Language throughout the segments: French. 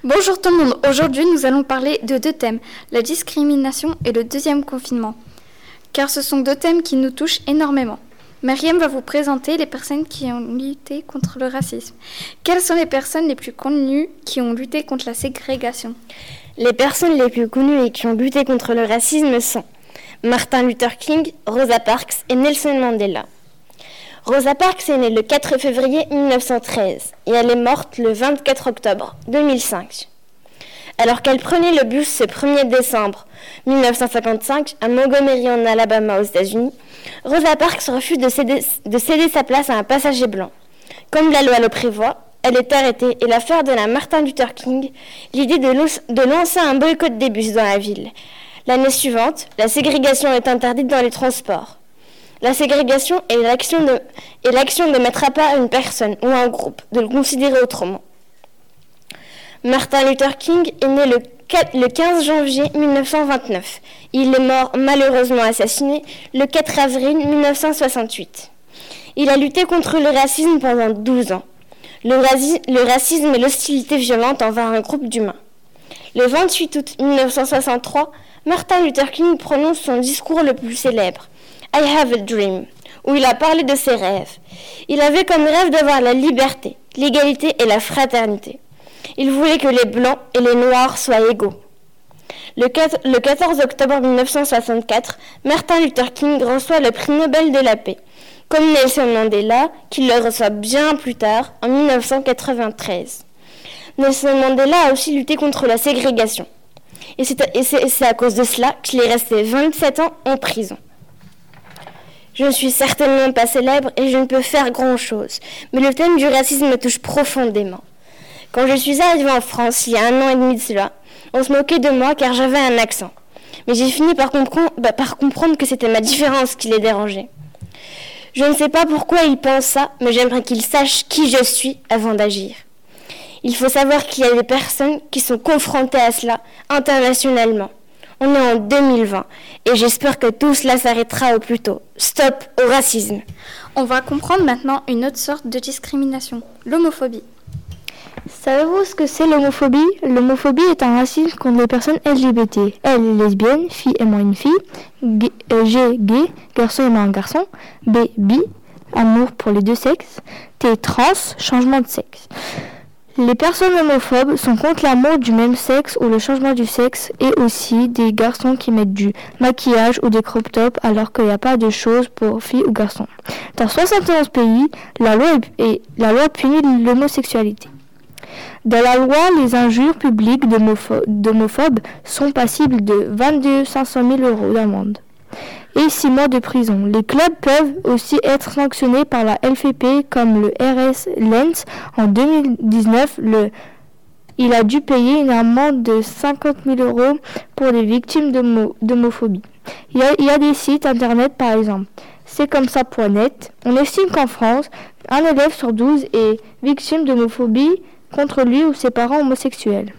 Bonjour tout le monde, aujourd'hui nous allons parler de deux thèmes, la discrimination et le deuxième confinement, car ce sont deux thèmes qui nous touchent énormément. Myriam va vous présenter les personnes qui ont lutté contre le racisme. Quelles sont les personnes les plus connues qui ont lutté contre la ségrégation ? Les personnes les plus connues et qui ont lutté contre le racisme sont Martin Luther King, Rosa Parks et Nelson Mandela. Rosa Parks est née le 4 février 1913 et elle est morte le 24 octobre 2005. Alors qu'elle prenait le bus ce 1er décembre 1955 à Montgomery en Alabama aux États-Unis, Rosa Parks refuse de céder sa place à un passager blanc. Comme la loi le prévoit, elle est arrêtée et l'affaire donne à Martin Luther King l'idée de lancer un boycott des bus dans la ville. L'année suivante, la ségrégation est interdite dans les transports. La ségrégation est l'action de mettre à part une personne ou un groupe, de le considérer autrement. Martin Luther King est né le 15 janvier 1929. Il est mort malheureusement assassiné le 4 avril 1968. Il a lutté contre le racisme pendant 12 ans. Le racisme et l'hostilité violente envers un groupe d'humains. Le 28 août 1963, Martin Luther King prononce son discours le plus célèbre, I have a dream, où il a parlé de ses rêves. Il avait comme rêve d'avoir la liberté, l'égalité et la fraternité. Il voulait que les Blancs et les Noirs soient égaux. Le 14 octobre 1964, Martin Luther King reçoit le prix Nobel de la paix, comme Nelson Mandela, qui le reçoit bien plus tard, en 1993. Nelson Mandela a aussi lutté contre la ségrégation. Et c'est à cause de cela qu'il est resté 27 ans en prison. Je ne suis certainement pas célèbre et je ne peux faire grand-chose, mais le thème du racisme me touche profondément. Quand je suis arrivée en France, il y a 1 an et demi de cela, on se moquait de moi car j'avais un accent. Mais j'ai fini par comprendre que c'était ma différence qui les dérangeait. Je ne sais pas pourquoi ils pensent ça, mais j'aimerais qu'ils sachent qui je suis avant d'agir. Il faut savoir qu'il y a des personnes qui sont confrontées à cela internationalement. On est en 2020 et j'espère que tout cela s'arrêtera au plus tôt. Stop au racisme. On va comprendre maintenant une autre sorte de discrimination, l'homophobie. Savez-vous ce que c'est l'homophobie ? L'homophobie est un racisme contre les personnes LGBT. L, lesbienne, fille aimant une fille. G, gay, garçon aimant un garçon. B, bi, amour pour les deux sexes. T, trans, changement de sexe. Les personnes homophobes sont contre l'amour du même sexe ou le changement du sexe et aussi des garçons qui mettent du maquillage ou des crop tops alors qu'il n'y a pas de choses pour filles ou garçons. Dans 71 pays, la loi punit l'homosexualité. Dans la loi, les injures publiques d'homophobes sont passibles de 500 000 € d'amende et 6 mois de prison. Les clubs peuvent aussi être sanctionnés par la LFP comme le RS Lens. En 2019, il a dû payer une amende de 50 000 € pour les victimes d'homophobie. Il y a des sites internet par exemple. C'est comme ça.net. On estime qu'en France, un élève sur 12 est victime d'homophobie contre lui ou ses parents homosexuels.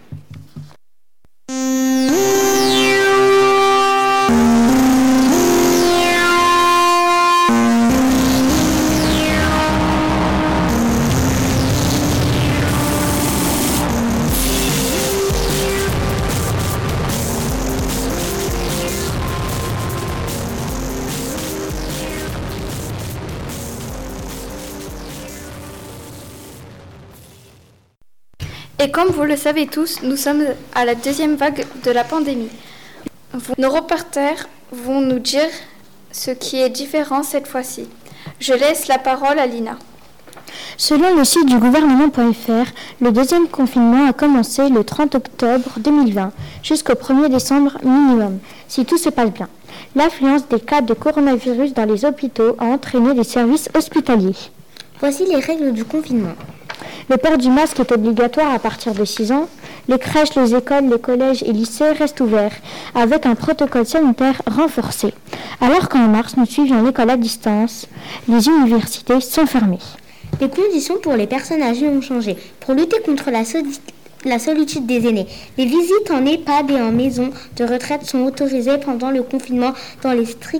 Et comme vous le savez tous, nous sommes à la deuxième vague de la pandémie. Nos reporters vont nous dire ce qui est différent cette fois-ci. Je laisse la parole à Lina. Selon le site du gouvernement.fr, le deuxième confinement a commencé le 30 octobre 2020 jusqu'au 1er décembre minimum, si tout se passe bien. L'affluence des cas de coronavirus dans les hôpitaux a entraîné des services hospitaliers. Voici les règles du confinement. Le port du masque est obligatoire à partir de 6 ans. Les crèches, les écoles, les collèges et lycées restent ouverts, avec un protocole sanitaire renforcé. Alors qu'en mars, nous suivions l'école à distance, les universités sont fermées. Les conditions pour les personnes âgées ont changé. Pour lutter contre la solitude des aînés, les visites en EHPAD et en maison de retraite sont autorisées pendant le confinement dans les strictes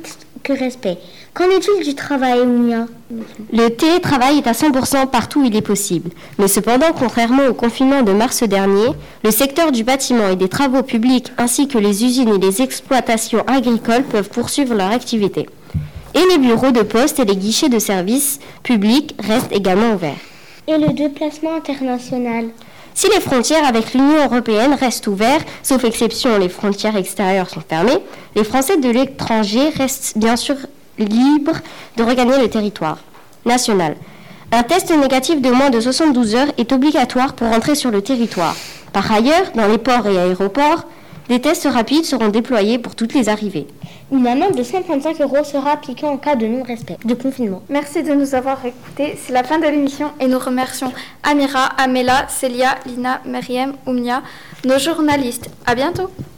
plus respect. Qu'en est-il du travail, Oumia? Le télétravail est à 100% partout où il est possible. Mais cependant, contrairement au confinement de mars dernier, le secteur du bâtiment et des travaux publics ainsi que les usines et les exploitations agricoles peuvent poursuivre leur activité. Et les bureaux de poste et les guichets de services publics restent également ouverts. Et le déplacement international? Si les frontières avec l'Union européenne restent ouvertes, sauf exception, les frontières extérieures sont fermées, les Français de l'étranger restent bien sûr libres de regagner le territoire national. Un test négatif de moins de 72 heures est obligatoire pour entrer sur le territoire. Par ailleurs, dans les ports et aéroports, des tests rapides seront déployés pour toutes les arrivées. Une amende de 135 € sera appliquée en cas de non-respect de confinement. Merci de nous avoir écoutés. C'est la fin de l'émission et nous remercions Amira, Amela, Célia, Lina, Meriem, Oumia, nos journalistes. À bientôt.